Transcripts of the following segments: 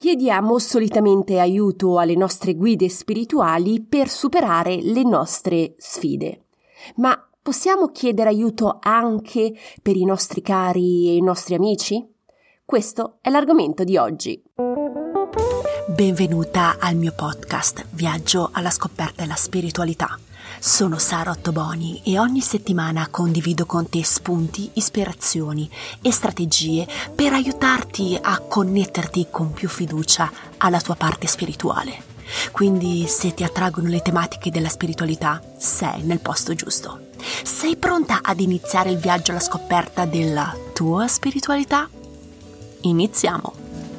Chiediamo solitamente aiuto alle nostre guide spirituali per superare le nostre sfide. Ma possiamo chiedere aiuto anche per i nostri cari e i nostri amici? Questo è l'argomento di oggi. Benvenuta al mio podcast Viaggio alla scoperta della spiritualità. Sono Sara Ottoboni e ogni settimana condivido con te spunti, ispirazioni e strategie per aiutarti a connetterti con più fiducia alla tua parte spirituale. Quindi se ti attraggono le tematiche della spiritualità, sei nel posto giusto. Sei pronta ad iniziare il viaggio alla scoperta della tua spiritualità? Iniziamo!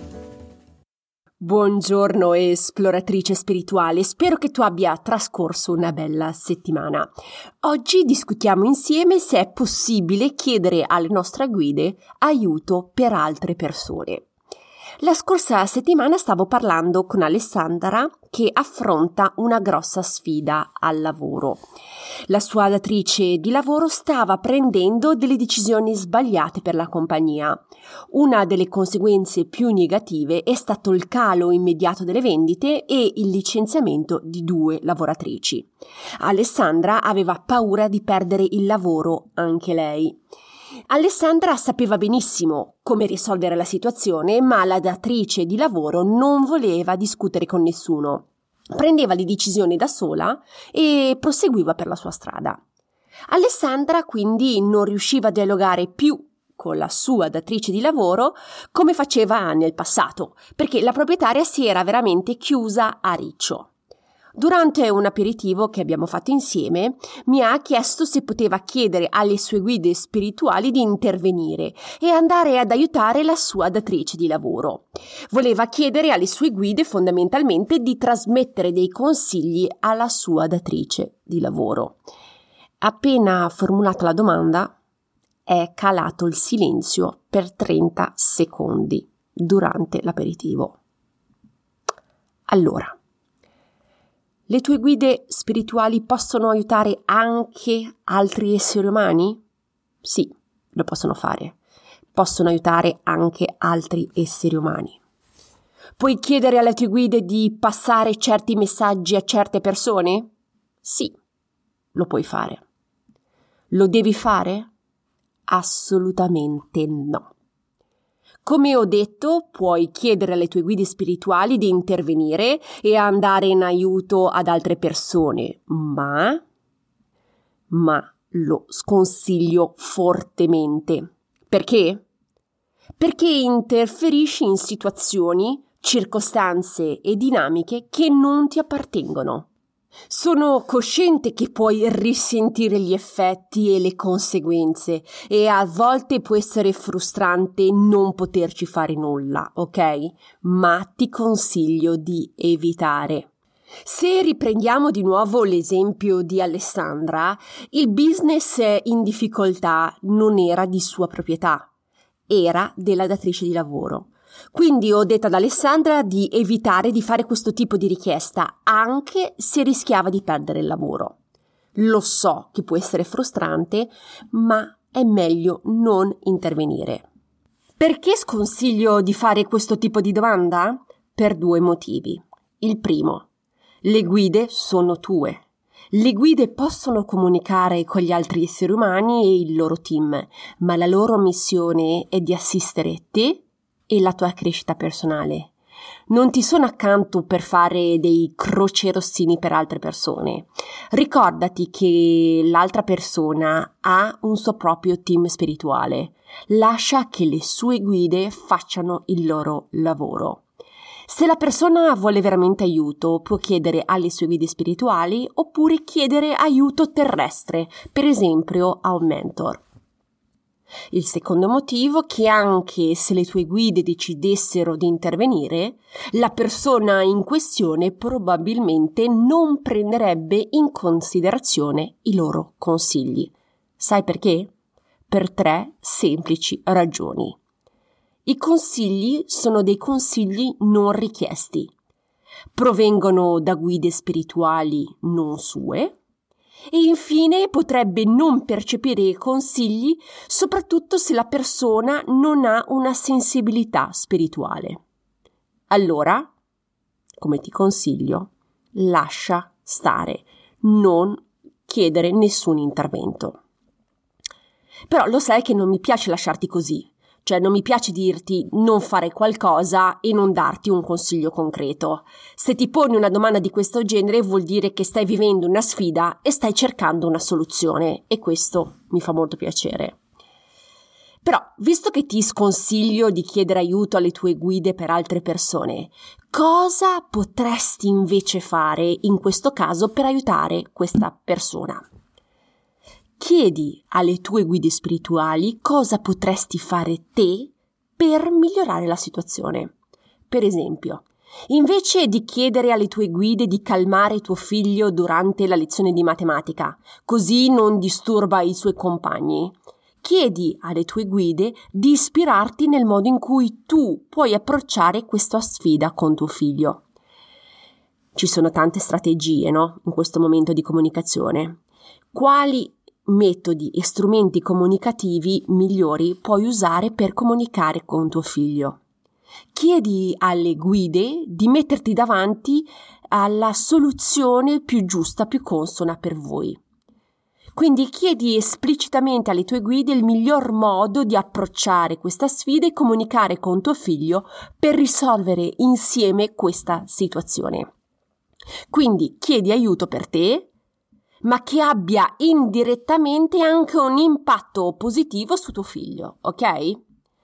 Buongiorno esploratrice spirituale, spero che tu abbia trascorso una bella settimana. Oggi discutiamo insieme se è possibile chiedere alle nostre guide aiuto per altre persone. La scorsa settimana stavo parlando con Alessandra che affronta una grossa sfida al lavoro. La sua datrice di lavoro stava prendendo delle decisioni sbagliate per la compagnia. Una delle conseguenze più negative è stato il calo immediato delle vendite e il licenziamento di 2 lavoratrici. Alessandra aveva paura di perdere il lavoro anche lei. Alessandra sapeva benissimo come risolvere la situazione, ma la datrice di lavoro non voleva discutere con nessuno. Prendeva le decisioni da sola e proseguiva per la sua strada. Alessandra quindi non riusciva a dialogare più con la sua datrice di lavoro come faceva nel passato, perché la proprietaria si era veramente chiusa a riccio. Durante un aperitivo che abbiamo fatto insieme, mi ha chiesto se poteva chiedere alle sue guide spirituali di intervenire e andare ad aiutare la sua datrice di lavoro. Voleva chiedere alle sue guide fondamentalmente di trasmettere dei consigli alla sua datrice di lavoro. Appena formulata la domanda, è calato il silenzio per 30 secondi durante l'aperitivo. Allora, le tue guide spirituali possono aiutare anche altri esseri umani? Sì, lo possono fare. Possono aiutare anche altri esseri umani. Puoi chiedere alle tue guide di passare certi messaggi a certe persone? Sì, lo puoi fare. Lo devi fare? Assolutamente no. Come ho detto, puoi chiedere alle tue guide spirituali di intervenire e andare in aiuto ad altre persone, ma lo sconsiglio fortemente. Perché? Perché interferisci in situazioni, circostanze e dinamiche che non ti appartengono. Sono cosciente che puoi risentire gli effetti e le conseguenze e a volte può essere frustrante non poterci fare nulla, ok? Ma ti consiglio di evitare. Se riprendiamo di nuovo l'esempio di Alessandra, il business in difficoltà non era di sua proprietà, era della datrice di lavoro. Quindi ho detto ad Alessandra di evitare di fare questo tipo di richiesta, anche se rischiava di perdere il lavoro. Lo so che può essere frustrante, ma è meglio non intervenire. Perché sconsiglio di fare questo tipo di domanda? Per 2 motivi. Il primo, le guide sono tue. Le guide possono comunicare con gli altri esseri umani e il loro team, ma la loro missione è di assistere te e la tua crescita personale. Non ti sono accanto per fare dei crocerossini per altre persone. Ricordati che l'altra persona ha un suo proprio team spirituale. Lascia che le sue guide facciano il loro lavoro. Se la persona vuole veramente aiuto, può chiedere alle sue guide spirituali oppure chiedere aiuto terrestre, per esempio a un mentor. Il secondo motivo è che anche se le tue guide decidessero di intervenire, la persona in questione probabilmente non prenderebbe in considerazione i loro consigli. Sai perché? Per 3 semplici ragioni. I consigli sono dei consigli non richiesti. Provengono da guide spirituali non sue. E infine potrebbe non percepire consigli, soprattutto se la persona non ha una sensibilità spirituale. allora, come ti consiglio, lascia stare, non chiedere nessun intervento. Però lo sai che non mi piace lasciarti così, cioè non mi piace dirti non fare qualcosa e non darti un consiglio concreto. Se ti poni una domanda di questo genere vuol dire che stai vivendo una sfida e stai cercando una soluzione, e questo mi fa molto piacere. Però, visto che ti sconsiglio di chiedere aiuto alle tue guide per altre persone, cosa potresti invece fare in questo caso per aiutare questa persona? Chiedi alle tue guide spirituali cosa potresti fare te per migliorare la situazione. Per esempio, invece di chiedere alle tue guide di calmare tuo figlio durante la lezione di matematica, così non disturba i suoi compagni, chiedi alle tue guide di ispirarti nel modo in cui tu puoi approcciare questa sfida con tuo figlio. Ci sono tante strategie, no? In questo momento di comunicazione. Quali metodi e strumenti comunicativi migliori puoi usare per comunicare con tuo figlio? Chiedi alle guide di metterti davanti alla soluzione più giusta, più consona per voi. Quindi chiedi esplicitamente alle tue guide il miglior modo di approcciare questa sfida e comunicare con tuo figlio per risolvere insieme questa situazione. Quindi chiedi aiuto per te, ma che abbia indirettamente anche un impatto positivo su tuo figlio, ok?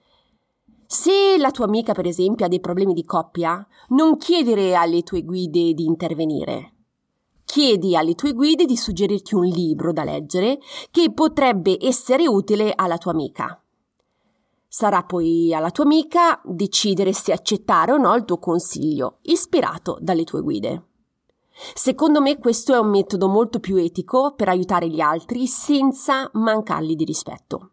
Se la tua amica, per esempio, ha dei problemi di coppia, non chiedere alle tue guide di intervenire. Chiedi alle tue guide di suggerirti un libro da leggere che potrebbe essere utile alla tua amica. Sarà poi alla tua amica decidere se accettare o no il tuo consiglio, ispirato dalle tue guide. Secondo me questo è un metodo molto più etico per aiutare gli altri senza mancargli di rispetto.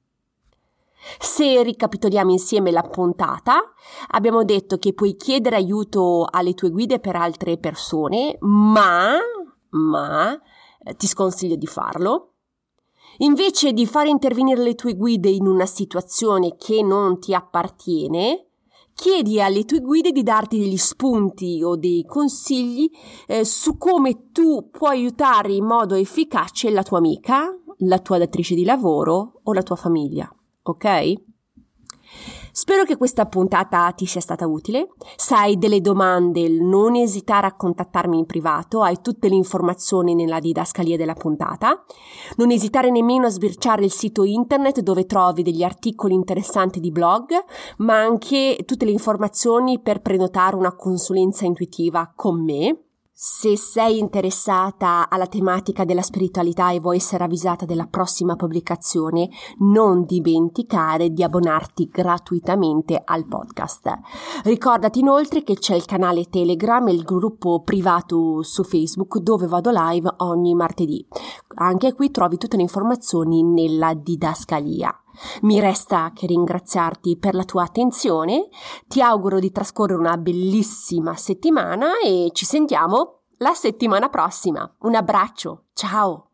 Se ricapitoliamo insieme la puntata, abbiamo detto che puoi chiedere aiuto alle tue guide per altre persone, ma ti sconsiglio di farlo. Invece di fare intervenire le tue guide in una situazione che non ti appartiene, chiedi alle tue guide di darti degli spunti o dei consigli su come tu puoi aiutare in modo efficace la tua amica, la tua datrice di lavoro o la tua famiglia. Ok? Spero che questa puntata ti sia stata utile. Se hai delle domande, non esitare a contattarmi in privato, hai tutte le informazioni nella didascalia della puntata. Non esitare nemmeno a sbirciare il sito internet dove trovi degli articoli interessanti di blog, ma anche tutte le informazioni per prenotare una consulenza intuitiva con me. Se sei interessata alla tematica della spiritualità e vuoi essere avvisata della prossima pubblicazione, non dimenticare di abbonarti gratuitamente al podcast. Ricordati inoltre che c'è il canale Telegram e il gruppo privato su Facebook dove vado live ogni martedì. Anche qui trovi tutte le informazioni nella didascalia. Mi resta che ringraziarti per la tua attenzione, ti auguro di trascorrere una bellissima settimana e ci sentiamo la settimana prossima. Un abbraccio, ciao!